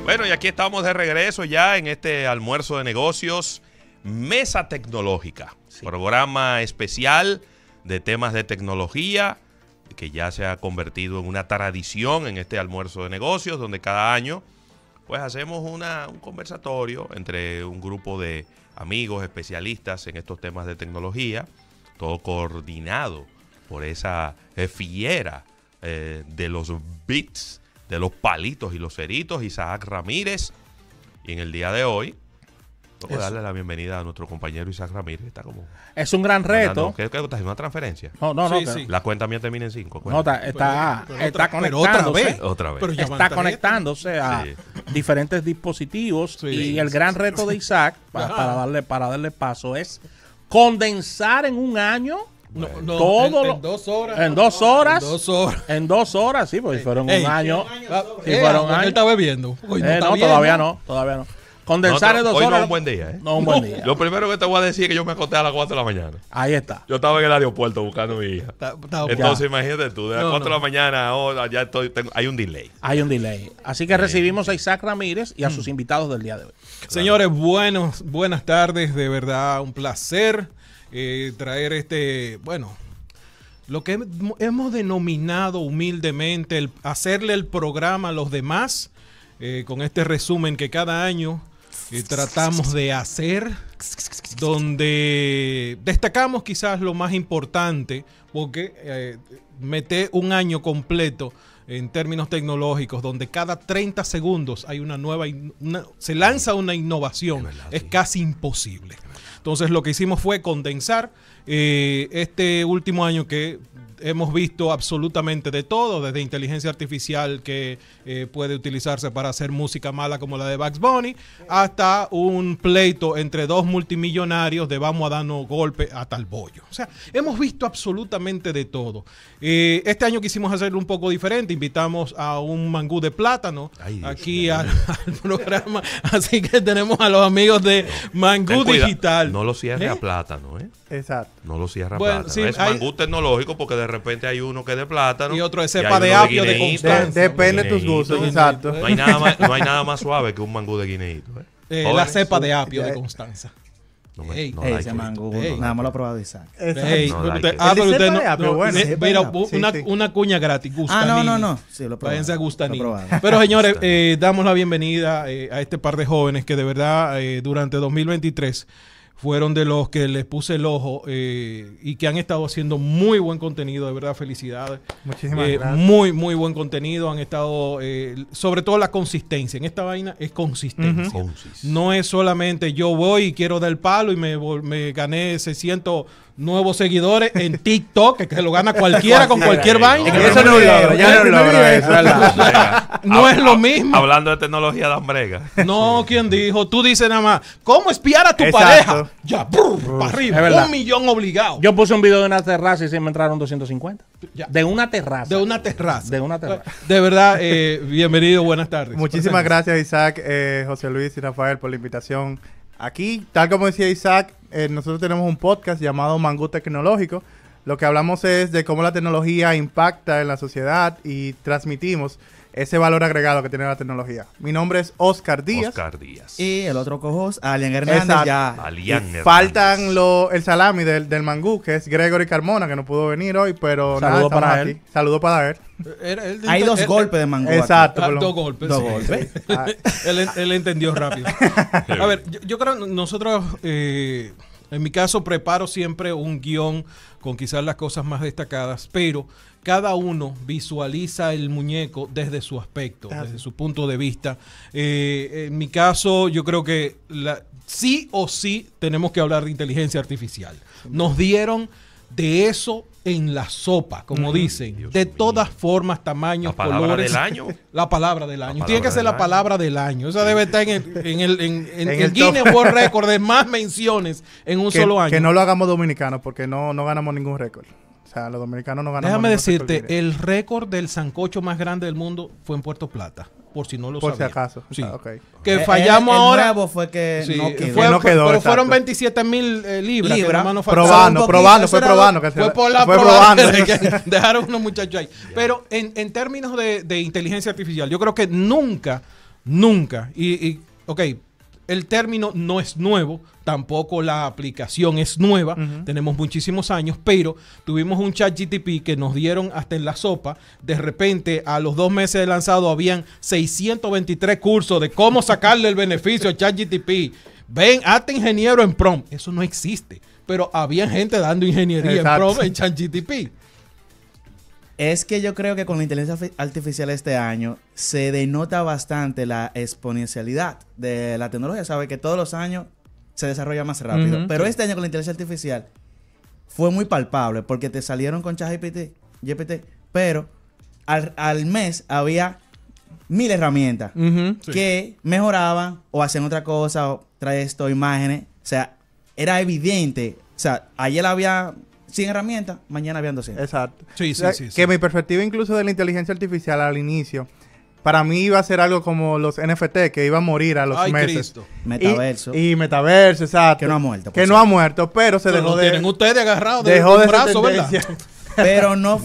Bueno, y aquí estamos de regreso ya en este almuerzo de negocios, Mesa Tecnológica, programa especial de temas de tecnología que ya se ha convertido en una tradición en este almuerzo de negocios, donde cada año pues hacemos un conversatorio entre un grupo de amigos especialistas en estos temas de tecnología, todo coordinado por esa fiera de los bits, de los palitos y los ceritos, Isaac Ramírez. Y en el día de hoy, voy a darle la bienvenida a nuestro compañero Isaac Ramírez. Está como... Es un gran reto. ¿Qué estás haciendo? ¿Una transferencia? No. Sí. La cuenta mía termina en 5. No, está conectándose. Otra vez. Está conectándose a diferentes dispositivos. Y el gran reto de Isaac, para darle paso, es condensar en un año... todo en 2 horas. En 2 horas. En 2 horas. Sí, porque fueron un año. Él está bebiendo. Todavía no. Condensar en 2 horas. Hoy no es un buen día, ¿eh? No es un buen día. Lo primero que te voy a decir es que yo me acosté a las 4 de la mañana. Ahí está. Yo estaba en el aeropuerto buscando a mi hija. Entonces, imagínate tú, de las 4 de la mañana ahora ya hay un delay. Hay un delay. Así que recibimos a Isaac Ramírez y a sus invitados del día de hoy. Señores, buenas tardes. De verdad, un placer traer lo que hemos denominado humildemente hacerle el programa a los demás, con este resumen que cada año tratamos de hacer, donde destacamos quizás lo más importante, porque mete un año completo en términos tecnológicos, donde cada 30 segundos hay se lanza una innovación, es casi imposible. Entonces lo que hicimos fue condensar este último año que hemos visto absolutamente de todo, desde inteligencia artificial que puede utilizarse para hacer música mala como la de Bugs Bunny, hasta un pleito entre 2 multimillonarios de vamos a darnos golpe a tal bollo. O sea, hemos visto absolutamente de todo. Este año quisimos hacerlo un poco diferente, invitamos a un mangú de plátano aquí al programa, así que tenemos a los amigos de Mangú Digital. No lo cierre a plátano, ¿eh? Exacto. No lo cierra a plátano. Sí, es mangú tecnológico porque de repente hay uno que es de plátano y otro de cepa de apio de Constanza. Depende de tus gustos, exacto. No hay nada más suave que un mangú de guineíto. La cepa de apio de Constanza. Ese mangú, nada más lo ha probado Isaac. Mira, una cuña gratis. Gustanini. No. Sí, lo probado. Váyanse a Gustanini. Pero señores, damos la bienvenida a este par de jóvenes que de verdad durante 2023 fueron de los que les puse el ojo y que han estado haciendo muy buen contenido, de verdad, felicidades. Muchísimas gracias. Muy buen contenido, han estado, sobre todo la consistencia. En esta vaina es consistencia. No es solamente yo voy y quiero dar el palo y me gané 600 nuevos seguidores en TikTok, que lo gana cualquiera con cualquier vaina. Eso no lo logra, No es lo mismo. Hablando de tecnología de hambrega. No, ¿quién dijo? Tú dices nada más, ¿cómo espiar a tu pareja? Ya, para arriba, 1 millón obligado. Yo puse un video de una terraza y se me entraron 250. De una terraza. De verdad, bienvenido, buenas tardes. Muchísimas gracias, Isaac, José Luis y Rafael, por la invitación. Aquí, tal como decía Isaac, nosotros tenemos un podcast llamado Mangú Tecnológico. Lo que hablamos es de cómo la tecnología impacta en la sociedad y transmitimos ese valor agregado que tiene la tecnología. Mi nombre es Oscar Díaz. Y el otro co-host, Alian Hernández. Faltan el salami del mangú, que es Gregory Carmona, que no pudo venir hoy, pero saludo para él. Saludo para él. Hay 2 golpes de mangú. Exacto. 2 golpes. Él entendió rápido. A ver, yo creo que nosotros, en mi caso, preparo siempre un guión con quizás las cosas más destacadas, pero cada uno visualiza el muñeco desde su aspecto, desde su punto de vista. En mi caso, yo creo que sí o sí tenemos que hablar de inteligencia artificial. Nos dieron de eso en la sopa, como dicen. Dios de mío. todas formas, tamaños, colores. La palabra del año. Tiene que ser la palabra del año. Esa debe estar en el Guinness World Record de más menciones en un solo año. Que no lo hagamos dominicanos porque no ganamos ningún récord. O sea, los dominicanos no ganamos. Déjame decirte, el récord del sancocho más grande del mundo fue en Puerto Plata. Por si no lo sabía. Por si acaso. Sí. Okay. Que fallamos ahora. El nuevo fue que sí, no quedó. no quedó, pero exacto. fueron 27,000 libras. Que nada más nos Probando. Fue probando. Fue por la probando. Dejaron unos muchachos ahí. Yeah. Pero en términos de inteligencia artificial, yo creo que nunca Nunca. Ok, el término no es nuevo, tampoco la aplicación es nueva, tenemos muchísimos años, pero tuvimos un ChatGPT que nos dieron hasta en la sopa. De repente, a los 2 meses de lanzado, habían 623 cursos de cómo sacarle el beneficio a ChatGPT. Ven, hazte ingeniero en prompt. Eso no existe, pero había gente dando ingeniería en prompt en ChatGPT. Es que yo creo que con la inteligencia artificial este año se denota bastante la exponencialidad de la tecnología. Sabe que todos los años se desarrolla más rápido. Pero este año con la inteligencia artificial fue muy palpable porque te salieron con ChatGPT, pero al mes había 1000 herramientas que mejoraban o hacían otra cosa, o trae esto, imágenes. O sea, era evidente. O sea, ayer había 100 herramientas, mañana habían 200. Exacto. Sí. Que mi perspectiva incluso de la inteligencia artificial al inicio, para mí iba a ser algo como los NFT, que iba a morir a los meses. Cristo. Metaverso. Y metaverso, exacto. Que no ha muerto. Que no ha muerto, pero se dejó de... Tienen ustedes agarrados dejó de brazo, ¿verdad? Pero no...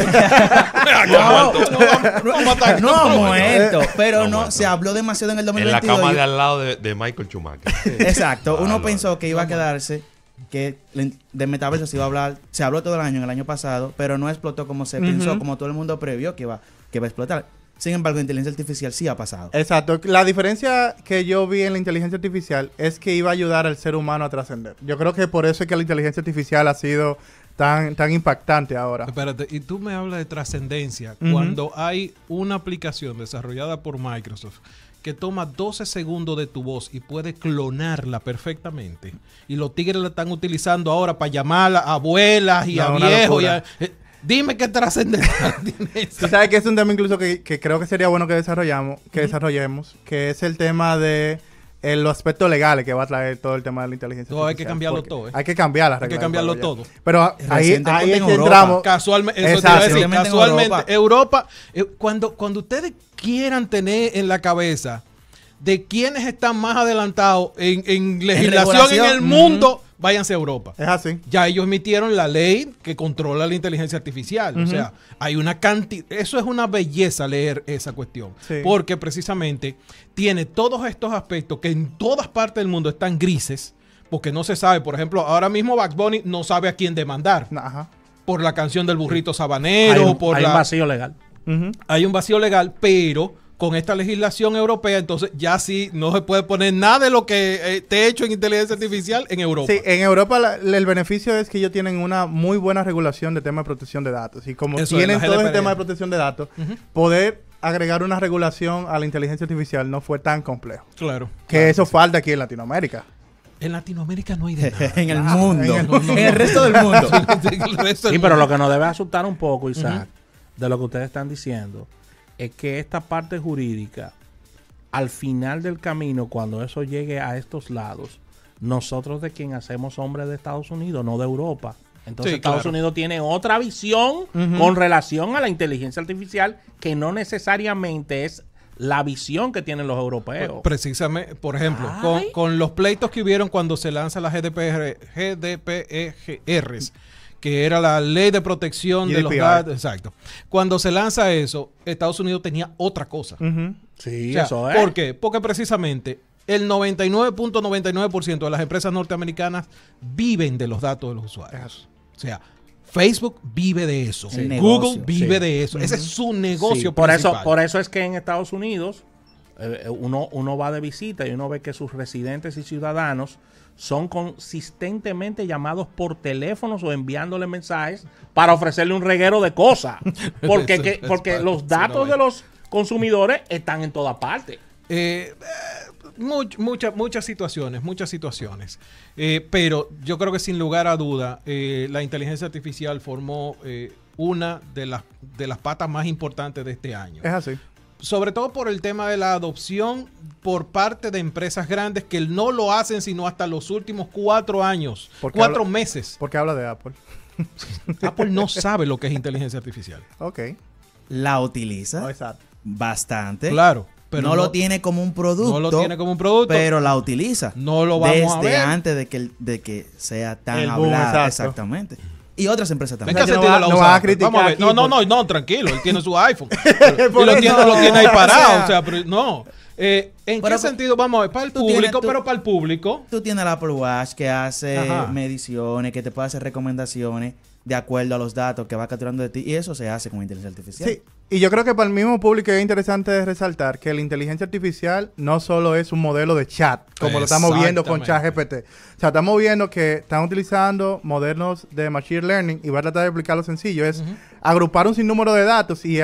no ha muerto. Pero no, se habló demasiado en el 2022. En la cama de al lado de Michael Schumacher. Exacto. Uno pensó que iba a quedarse, que de metaverso se iba a hablar, se habló todo el año, en el año pasado, pero no explotó como se pensó, como todo el mundo previó que iba a explotar. Sin embargo, la inteligencia artificial sí ha pasado. Exacto. La diferencia que yo vi en la inteligencia artificial es que iba a ayudar al ser humano a trascender. Yo creo que por eso es que la inteligencia artificial ha sido tan impactante ahora. Espérate, y tú me hablas de trascendencia cuando hay una aplicación desarrollada por Microsoft que toma 12 segundos de tu voz y puede clonarla perfectamente. Y los tigres la están utilizando ahora para llamar a abuelas y a viejos. Dime qué trascendencia tiene eso. Tú sabes que es un tema incluso que creo que sería bueno que desarrollemos, que es el tema de los aspectos legales que va a traer todo el tema de la inteligencia artificial. Hay que cambiarlo todo. Hay que cambiar las reglas. Hay que cambiarlo todo. Pero ahí es que entramos. Casualmente, eso te iba a decir, casualmente, Europa, cuando ustedes quieran tener en la cabeza de quiénes están más adelantados en legislación en el mundo, váyanse a Europa. Es así. Ya ellos emitieron la ley que controla la inteligencia artificial. O sea, hay una cantidad... Eso es una belleza leer esa cuestión. Sí. Porque precisamente tiene todos estos aspectos que en todas partes del mundo están grises, porque no se sabe. Por ejemplo, ahora mismo Bugs Bunny no sabe a quién demandar. Por la canción del burrito sabanero. Hay un vacío legal. Hay un vacío legal, pero... con esta legislación europea, entonces ya sí no se puede poner nada de lo que te he hecho en inteligencia artificial en Europa. Sí, en Europa el beneficio es que ellos tienen una muy buena regulación de tema de protección de datos. Y como tienen todo ese tema de protección de datos, poder agregar una regulación a la inteligencia artificial no fue tan complejo. Claro. Eso falta aquí en Latinoamérica. En Latinoamérica no hay de nada. En el mundo. En el resto del mundo. Sí, pero lo que nos debe asustar un poco, Isaac, de lo que ustedes están diciendo, es que esta parte jurídica, al final del camino, cuando eso llegue a estos lados, nosotros de quien hacemos hombres de Estados Unidos, no de Europa. Entonces Estados Unidos tiene otra visión con relación a la inteligencia artificial que no necesariamente es la visión que tienen los europeos. Precisamente, por ejemplo, con los pleitos que hubieron cuando se lanza la GDPRs, que era la ley de protección de los datos. Exacto. Cuando se lanza eso, Estados Unidos tenía otra cosa. Sí, o sea, eso es. ¿Por qué? Porque precisamente el 99.99% de las empresas norteamericanas viven de los datos de los usuarios. O sea, Facebook vive de eso. Sí. Google vive de eso. Ese es su negocio principal. Por eso es que en Estados Unidos uno va de visita y uno ve que sus residentes y ciudadanos son consistentemente llamados por teléfonos o enviándole mensajes para ofrecerle un reguero de cosas. Porque los datos de los consumidores están en toda parte. Muchas situaciones. Pero yo creo que sin lugar a duda, la inteligencia artificial formó una de las patas más importantes de este año. Es así. Sobre todo por el tema de la adopción por parte de empresas grandes que no lo hacen sino hasta los últimos 4 años, 4 meses. Porque habla de Apple. Apple no sabe lo que es inteligencia artificial. Ok. La utiliza bastante. Claro. Pero no lo tiene como un producto. No lo tiene como un producto. Pero la utiliza. No lo vamos a ver. Desde antes de que sea tan hablada. Exactamente. Y otras empresas Ven también. que que no sentido va- la no usa va a Apple. criticar Vamos a ver. aquí No, tranquilo. Él tiene su iPhone. Por y lo eso tiene ahí no, parado. o O sea, pero no. ¿En qué Pero sentido? Vamos a ver. Para el tú tienes- público, tú- pero para el público. Tú tienes el Apple Watch que hace Ajá. mediciones, que te puede hacer recomendaciones de acuerdo a los datos que va capturando de ti. Y eso se hace con inteligencia artificial. Sí, y yo creo que para el mismo público es interesante resaltar que la inteligencia artificial no solo es un modelo de chat, como lo estamos viendo con Exactamente. ChatGPT. O sea, estamos viendo que están utilizando modelos de Machine Learning, y voy a tratar de explicarlo sencillo, es agrupar un sinnúmero de datos y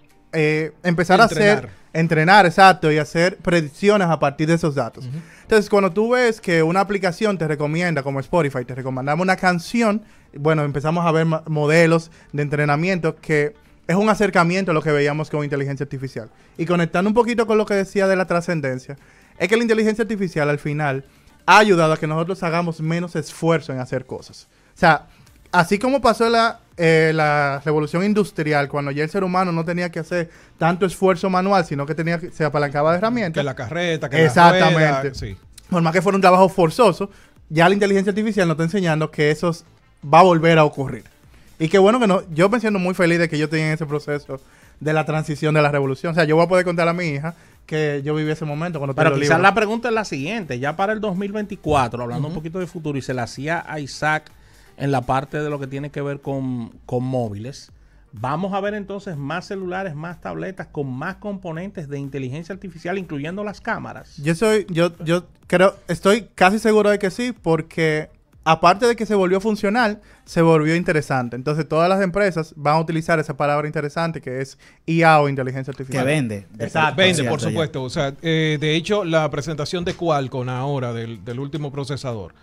empezar a entrenar, exacto, y hacer predicciones a partir de esos datos. Entonces, cuando tú ves que una aplicación te recomienda, como Spotify, te recomendamos una canción, bueno, empezamos a ver modelos de entrenamiento que es un acercamiento a lo que veíamos con inteligencia artificial. Y conectando un poquito con lo que decía de la trascendencia, es que la inteligencia artificial al final ha ayudado a que nosotros hagamos menos esfuerzo en hacer cosas. O sea, así como pasó la revolución industrial, cuando ya el ser humano no tenía que hacer tanto esfuerzo manual, sino que se apalancaba de herramientas. Que la carreta, que Exactamente. la rueda. Sí. Por más que fuera un trabajo forzoso, ya la inteligencia artificial nos está enseñando que eso va a volver a ocurrir. Y qué bueno que no, yo me siento muy feliz de que yo estoy en ese proceso de la transición de la revolución. O sea, yo voy a poder contar a mi hija que yo viví ese momento cuando Pero tuve los quizás libros. la pregunta es la siguiente, ya para el 2024, hablando un poquito de futuro, y se la hacía a Isaac en la parte de lo que tiene que ver con móviles, vamos a ver entonces más celulares, más tabletas con más componentes de inteligencia artificial, incluyendo las cámaras. Yo creo, estoy casi seguro de que sí, porque aparte de que se volvió funcional, se volvió interesante. Entonces todas las empresas van a utilizar esa palabra interesante que es IA o inteligencia artificial. Que vende. Exacto. Vende, Cierto, por ya. supuesto. O sea, de hecho, la presentación de Qualcomm ahora, del último procesador,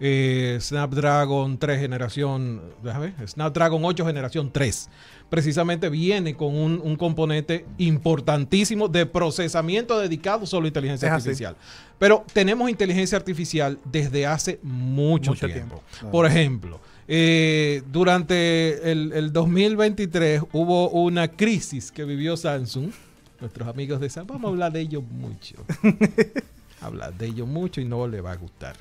Snapdragon 3 generación, déjame ver, Snapdragon 8 generación 3, precisamente viene con un componente importantísimo de procesamiento dedicado solo a inteligencia Es así. artificial. Pero tenemos inteligencia artificial desde hace mucho tiempo. Claro. Por ejemplo, durante el 2023 hubo una crisis que vivió Samsung. Nuestros amigos de Samsung, vamos a hablar de ellos mucho. Hablar de ellos mucho y no les va a gustar.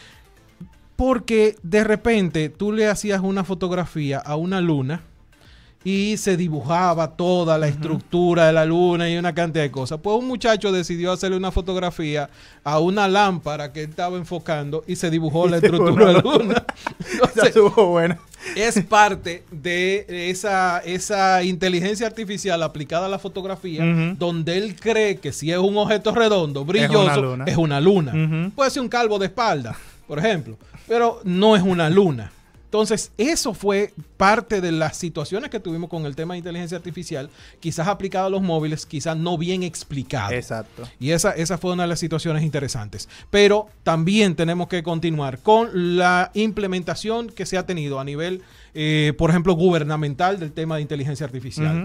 Porque de repente tú le hacías una fotografía a una luna y se dibujaba toda la estructura de la luna y una cantidad de cosas. Pues un muchacho decidió hacerle una fotografía a una lámpara que estaba enfocando y se dibujó la estructura de la luna. Esa Entonces, estuvo buena. es parte de esa inteligencia artificial aplicada a la fotografía, Ujú. donde él cree que si es un objeto redondo, brilloso, luna. es una luna. Ujú. Puede ser un calvo de espalda, por ejemplo, pero no es una luna. Entonces, eso fue parte de las situaciones que tuvimos con el tema de inteligencia artificial, quizás aplicado a los móviles, quizás no bien explicado. Exacto. Y esa fue una de las situaciones interesantes. Pero también tenemos que continuar con la implementación que se ha tenido a nivel, por ejemplo, gubernamental del tema de inteligencia artificial. Ujú.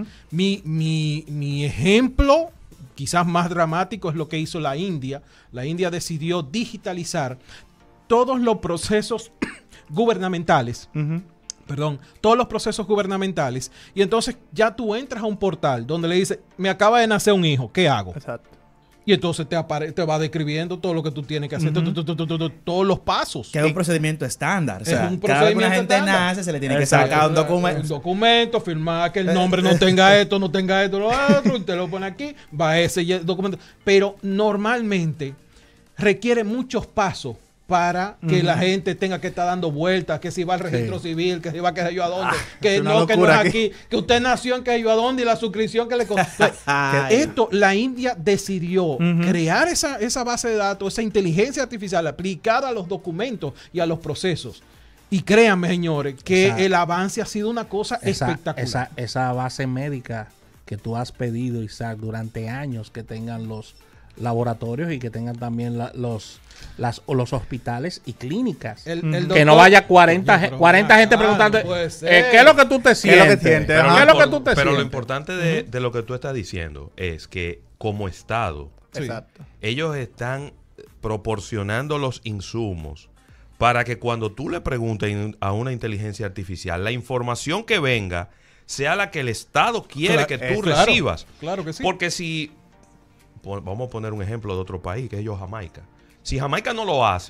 Mi ejemplo, quizás más dramático, es lo que hizo la India. La India decidió digitalizar todos los procesos gubernamentales. Ujú. Perdón, todos los procesos gubernamentales. Y entonces ya tú entras a un portal donde le dices, me acaba de nacer un hijo, ¿qué hago? Exacto. Y entonces te va describiendo todo lo que tú tienes que hacer, todos los pasos. Que es un procedimiento estándar. O Es sea, un cada vez que una procedimiento gente estándar. nace, se le tiene que Exacto. sacar un Un documento. documento, firmar que el nombre no tenga esto, no tenga esto, lo otro, y te lo pone aquí, va ese documento. Pero normalmente requiere muchos pasos para que la gente tenga que estar dando vueltas, que si va al registro civil, que si va a qué sé yo a dónde, que es una no es locura aquí, que usted nació en qué sé yo a dónde y la suscripción que le costó. Esto, la India decidió crear esa base de datos, esa inteligencia artificial aplicada a los documentos y a los procesos. Y créanme, señores, que Exacto. el avance ha sido una cosa espectacular. Esa base médica que tú has pedido, Isaac, durante años, que tengan los laboratorios y que tengan también los hospitales y clínicas. El Que doctor- no vaya 40 Oye, pero 40 gente no preguntando, puede ser. ¿qué es lo que tú te ¿Qué es sientes? lo que sientes? Pero, ¿Qué es lo que tú te pero lo sientes? importante de lo que tú estás diciendo es que como Estado, Sí. Exacto. ellos están proporcionando los insumos para que cuando tú le preguntes a una inteligencia artificial, la información que venga sea la que el Estado quiere que tú Claro, recibas. Claro que sí. Porque si, vamos a poner un ejemplo de otro país, que es Jamaica. Si Jamaica no lo hace,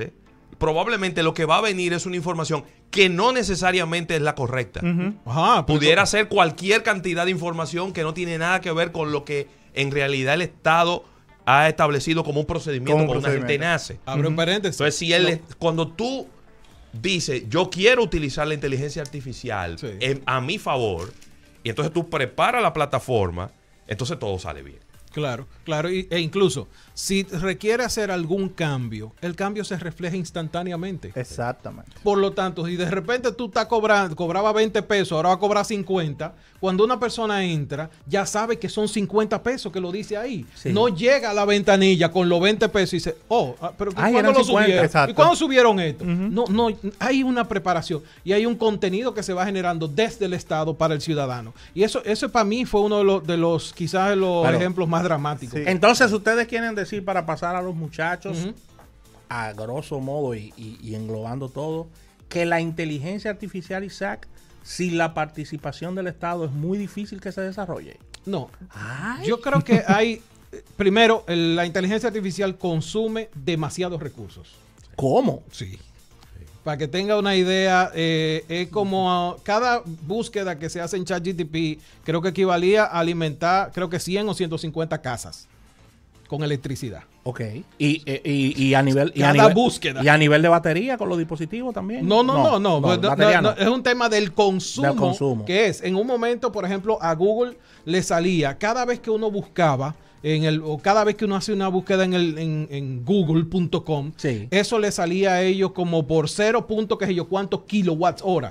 probablemente lo que va a venir es una información que no necesariamente es la correcta. Ajá, Pudiera ser cualquier cantidad de información que no tiene nada que ver con lo que en realidad el Estado ha establecido como un procedimiento cuando una gente nace. Abre un paréntesis. Entonces, si él, cuando tú dices, yo quiero utilizar la inteligencia artificial a mi favor, y entonces tú preparas la plataforma, entonces todo sale bien. Claro, claro. E incluso, si requiere hacer algún cambio, el cambio se refleja instantáneamente. Exactamente. Por lo tanto, si de repente tú estás cobraba 20 pesos, ahora va a cobrar 50, cuando una persona entra, ya sabe que son 50 pesos, que lo dice ahí. Sí. No llega a la ventanilla con los 20 pesos y dice, pero ¿cuándo lo subieron? Exacto. ¿Y cuándo subieron esto? No, hay una preparación y hay un contenido que se va generando desde el Estado para el ciudadano. Y eso para mí fue uno de los quizás de los ejemplos más dramáticos. Sí. Entonces, ustedes quieren decir, para pasar a los muchachos, a grosso modo y englobando todo, que la inteligencia artificial, Isaac, sin la participación del Estado, es muy difícil que se desarrolle. No. Ay. Yo creo que hay, primero, la inteligencia artificial consume demasiados recursos. ¿Cómo? Sí. Para que tenga una idea, es como cada búsqueda que se hace en ChatGPT, creo que equivalía a alimentar, creo que 100 o 150 casas con electricidad. Ok. Y a nivel... búsqueda. Y a nivel de batería con los dispositivos también. No. Batería no. Es un tema del consumo. Que es, en un momento, por ejemplo, a Google le salía, cada vez que uno buscaba, o cada vez que uno hace una búsqueda en google.com, sí, eso le salía a ellos como por 0. qué sé yo, cuántos kilowatts hora.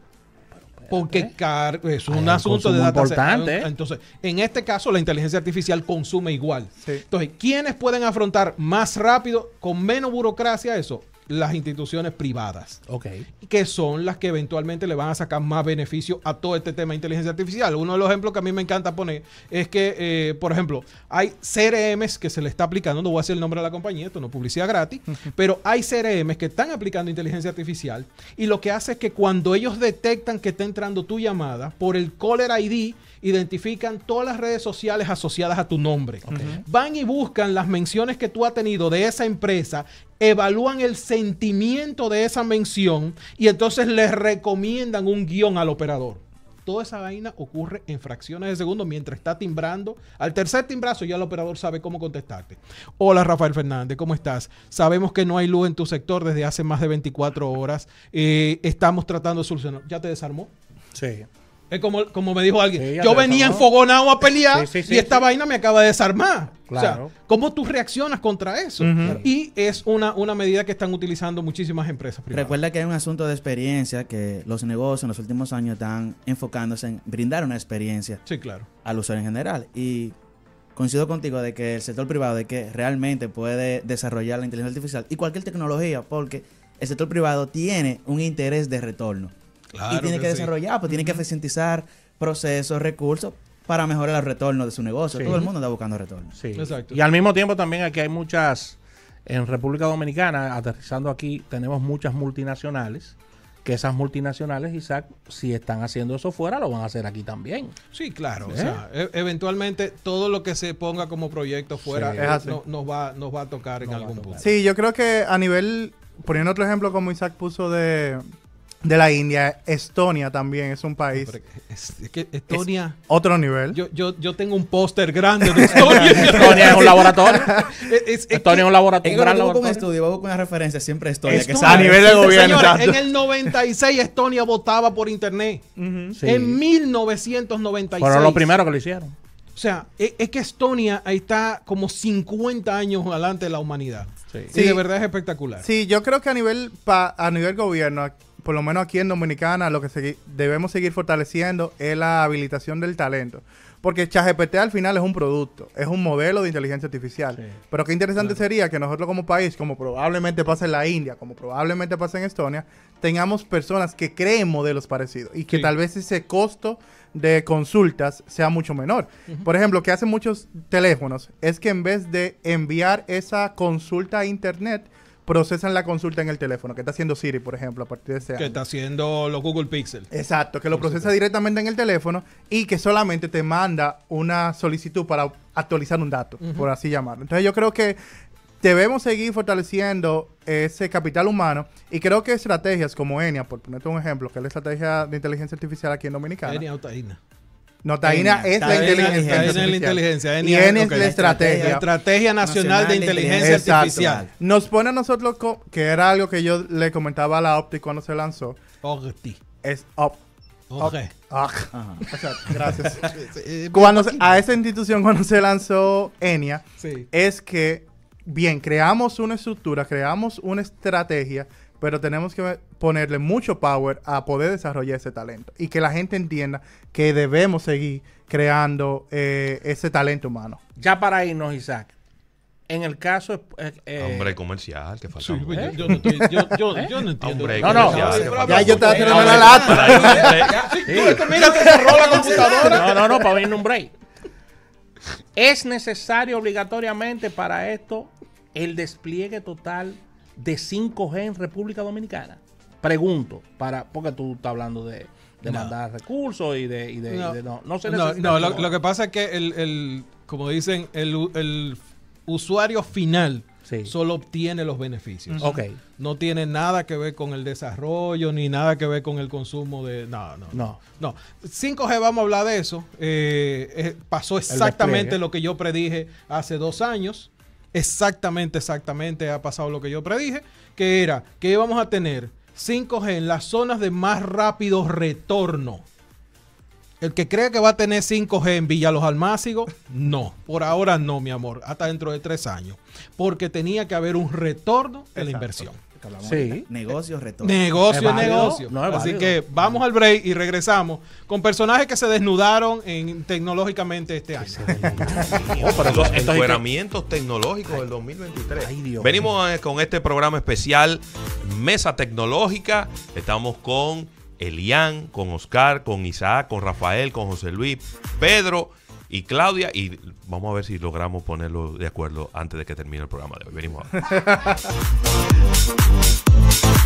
Porque es un asunto de data importante. Entonces, en este caso, la inteligencia artificial consume igual. Sí. Entonces, ¿quiénes pueden afrontar más rápido, con menos burocracia eso? Las instituciones privadas. Ok. Que son las que eventualmente le van a sacar más beneficio a todo este tema de inteligencia artificial. Uno de los ejemplos que a mí me encanta poner es que, por ejemplo, hay CRMs que se le está aplicando, no voy a decir el nombre de la compañía, esto no es publicidad gratis, pero hay CRMs que están aplicando inteligencia artificial y lo que hace es que cuando ellos detectan que está entrando tu llamada, por el Caller ID, identifican todas las redes sociales asociadas a tu nombre. Okay. Van y buscan las menciones que tú has tenido de esa empresa, evalúan el sentimiento de esa mención y entonces les recomiendan un guión al operador. Toda esa vaina ocurre en fracciones de segundos mientras está timbrando. Al tercer timbrazo ya el operador sabe cómo contestarte. Hola, Rafael Fernández, ¿cómo estás? Sabemos que no hay luz en tu sector desde hace más de 24 horas. Estamos tratando de solucionar. ¿Ya te desarmó? Sí. Es como me dijo alguien, sí, yo venía enfogonado a pelear sí, y esta vaina me acaba de desarmar. Claro. O sea, ¿cómo tú reaccionas contra eso? Y es una medida que están utilizando muchísimas empresas privadas. Recuerda que hay un asunto de experiencia que los negocios en los últimos años están enfocándose en brindar una experiencia al usuario en general. Y coincido contigo de que el sector privado de que realmente puede desarrollar la inteligencia artificial y cualquier tecnología, porque el sector privado tiene un interés de retorno. Claro y tiene que desarrollar, pues tiene que eficientizar procesos, recursos para mejorar el retorno de su negocio. Sí. Todo el mundo está buscando retorno. Sí. Exacto. Y al mismo tiempo también aquí hay muchas, en República Dominicana, aterrizando aquí, tenemos muchas multinacionales, que esas multinacionales, Isaac, si están haciendo eso fuera, lo van a hacer aquí también. Sí, claro. O sea, eventualmente todo lo que se ponga como proyecto fuera nos va a tocar en algún punto. Sí, yo creo que a nivel, poniendo otro ejemplo como Isaac puso de la India, Estonia también es un país. Es que Estonia... Es otro nivel. Yo tengo un póster grande de Estonia. Estonia es un laboratorio. Estonia es un laboratorio. Con estudio, vamos con una referencia siempre Estonia. Que a nivel de gobierno. Señores, en el 96 Estonia votaba por internet. Sí. En 1996. Fueron los primeros que lo hicieron. O sea, es que Estonia ahí está como 50 años adelante de la humanidad. Sí. Y de verdad es espectacular. Sí, yo creo que a nivel gobierno, por lo menos aquí en Dominicana, lo que debemos seguir fortaleciendo es la habilitación del talento. Porque ChatGPT al final es un producto, es un modelo de inteligencia artificial. Sí. Pero qué interesante sería que nosotros como país, como probablemente pasa en la India, como probablemente pasa en Estonia, tengamos personas que creen modelos parecidos y que tal vez ese costo de consultas sea mucho menor. Por ejemplo, que hacen muchos teléfonos es que en vez de enviar esa consulta a internet, procesan la consulta en el teléfono, que está haciendo Siri, por ejemplo, a partir de ese año. Que está haciendo los Google Pixel. Exacto, que lo procesa directamente en el teléfono y que solamente te manda una solicitud para actualizar un dato, por así llamarlo. Entonces yo creo que debemos seguir fortaleciendo ese capital humano y creo que estrategias como ENIA, por ponerte un ejemplo, que es la estrategia de inteligencia artificial aquí en Dominicana. ENIA o Taína. No, Taína es la inteligencia Taína es artificial. la inteligencia. Y ENIA es la estrategia. La Estrategia Nacional de Inteligencia Exacto. Artificial. Nos pone a nosotros, que era algo que yo le comentaba a la Opti cuando se lanzó, OGTI. es up. OG. Ajá. Exacto, gracias. Cuando a esa institución cuando se lanzó ENIA, Sí. es que, bien, creamos una estructura, creamos una estrategia, pero tenemos que ponerle mucho power a poder desarrollar ese talento y que la gente entienda que debemos seguir creando ese talento humano. Ya para irnos, Isaac. En el caso... Hombre comercial, que falta. Sí, pues, yo no entiendo. Hombre No, no. comercial, que falta. Ya yo estaba haciendo Hombre, la lata. para ir a un break. Mira que cerró la computadora. No, para venir un break. ¿Es necesario obligatoriamente para esto el despliegue total de 5G en República Dominicana? Pregunto, porque tú estás hablando de mandar recursos y no se necesita. No, lo que pasa es que como dicen, el usuario final Sí. solo obtiene los beneficios. Ok. No tiene nada que ver con el desarrollo ni nada que ver con el consumo de... No. 5G, vamos a hablar de eso. Pasó exactamente despliegue. lo que yo predije hace 2 años. Exactamente ha pasado lo que yo predije, que era que íbamos a tener 5G en las zonas de más rápido retorno. El que cree que va a tener 5G en Villa Los Almácigos, no. Por ahora no, mi amor. Hasta dentro de 3 años. Porque tenía que haber un retorno de la inversión. Sí. Negocios, retorno. Negocio Es es válido, negocio. no es Así válido. que vamos al break y regresamos con personajes que se desnudaron tecnológicamente este año. Los encueramientos tecnológicos del 2023. Ay, Dios Venimos con este programa especial Mesa Tecnológica. Estamos con Elian, con Oscar, con Isaac, con Rafael, con José Luis, Pedro y Claudia. Y vamos a ver si logramos ponerlo de acuerdo antes de que termine el programa de hoy. Venimos ahora.